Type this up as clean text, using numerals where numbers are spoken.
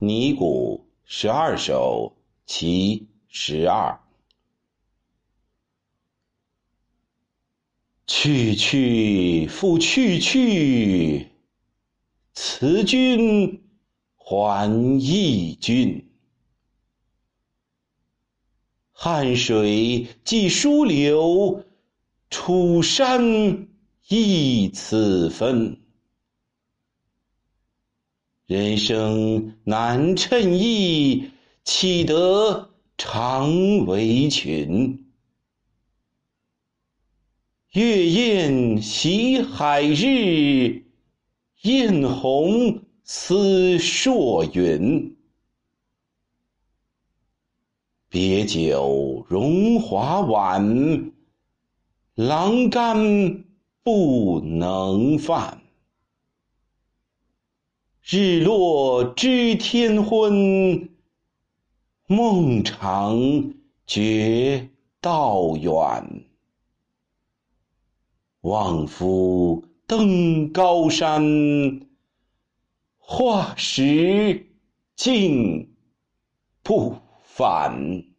尼古12首其12。去去复去去，辞君还忆君。汉水既疏流，楚山亦此分。人生难称意，岂得长为群。月宴袭海日，焰红思朔云。别酒荣华晚，郎干不能饭。日落知天昏，梦长觉道远。望夫登高山，化石竟不返。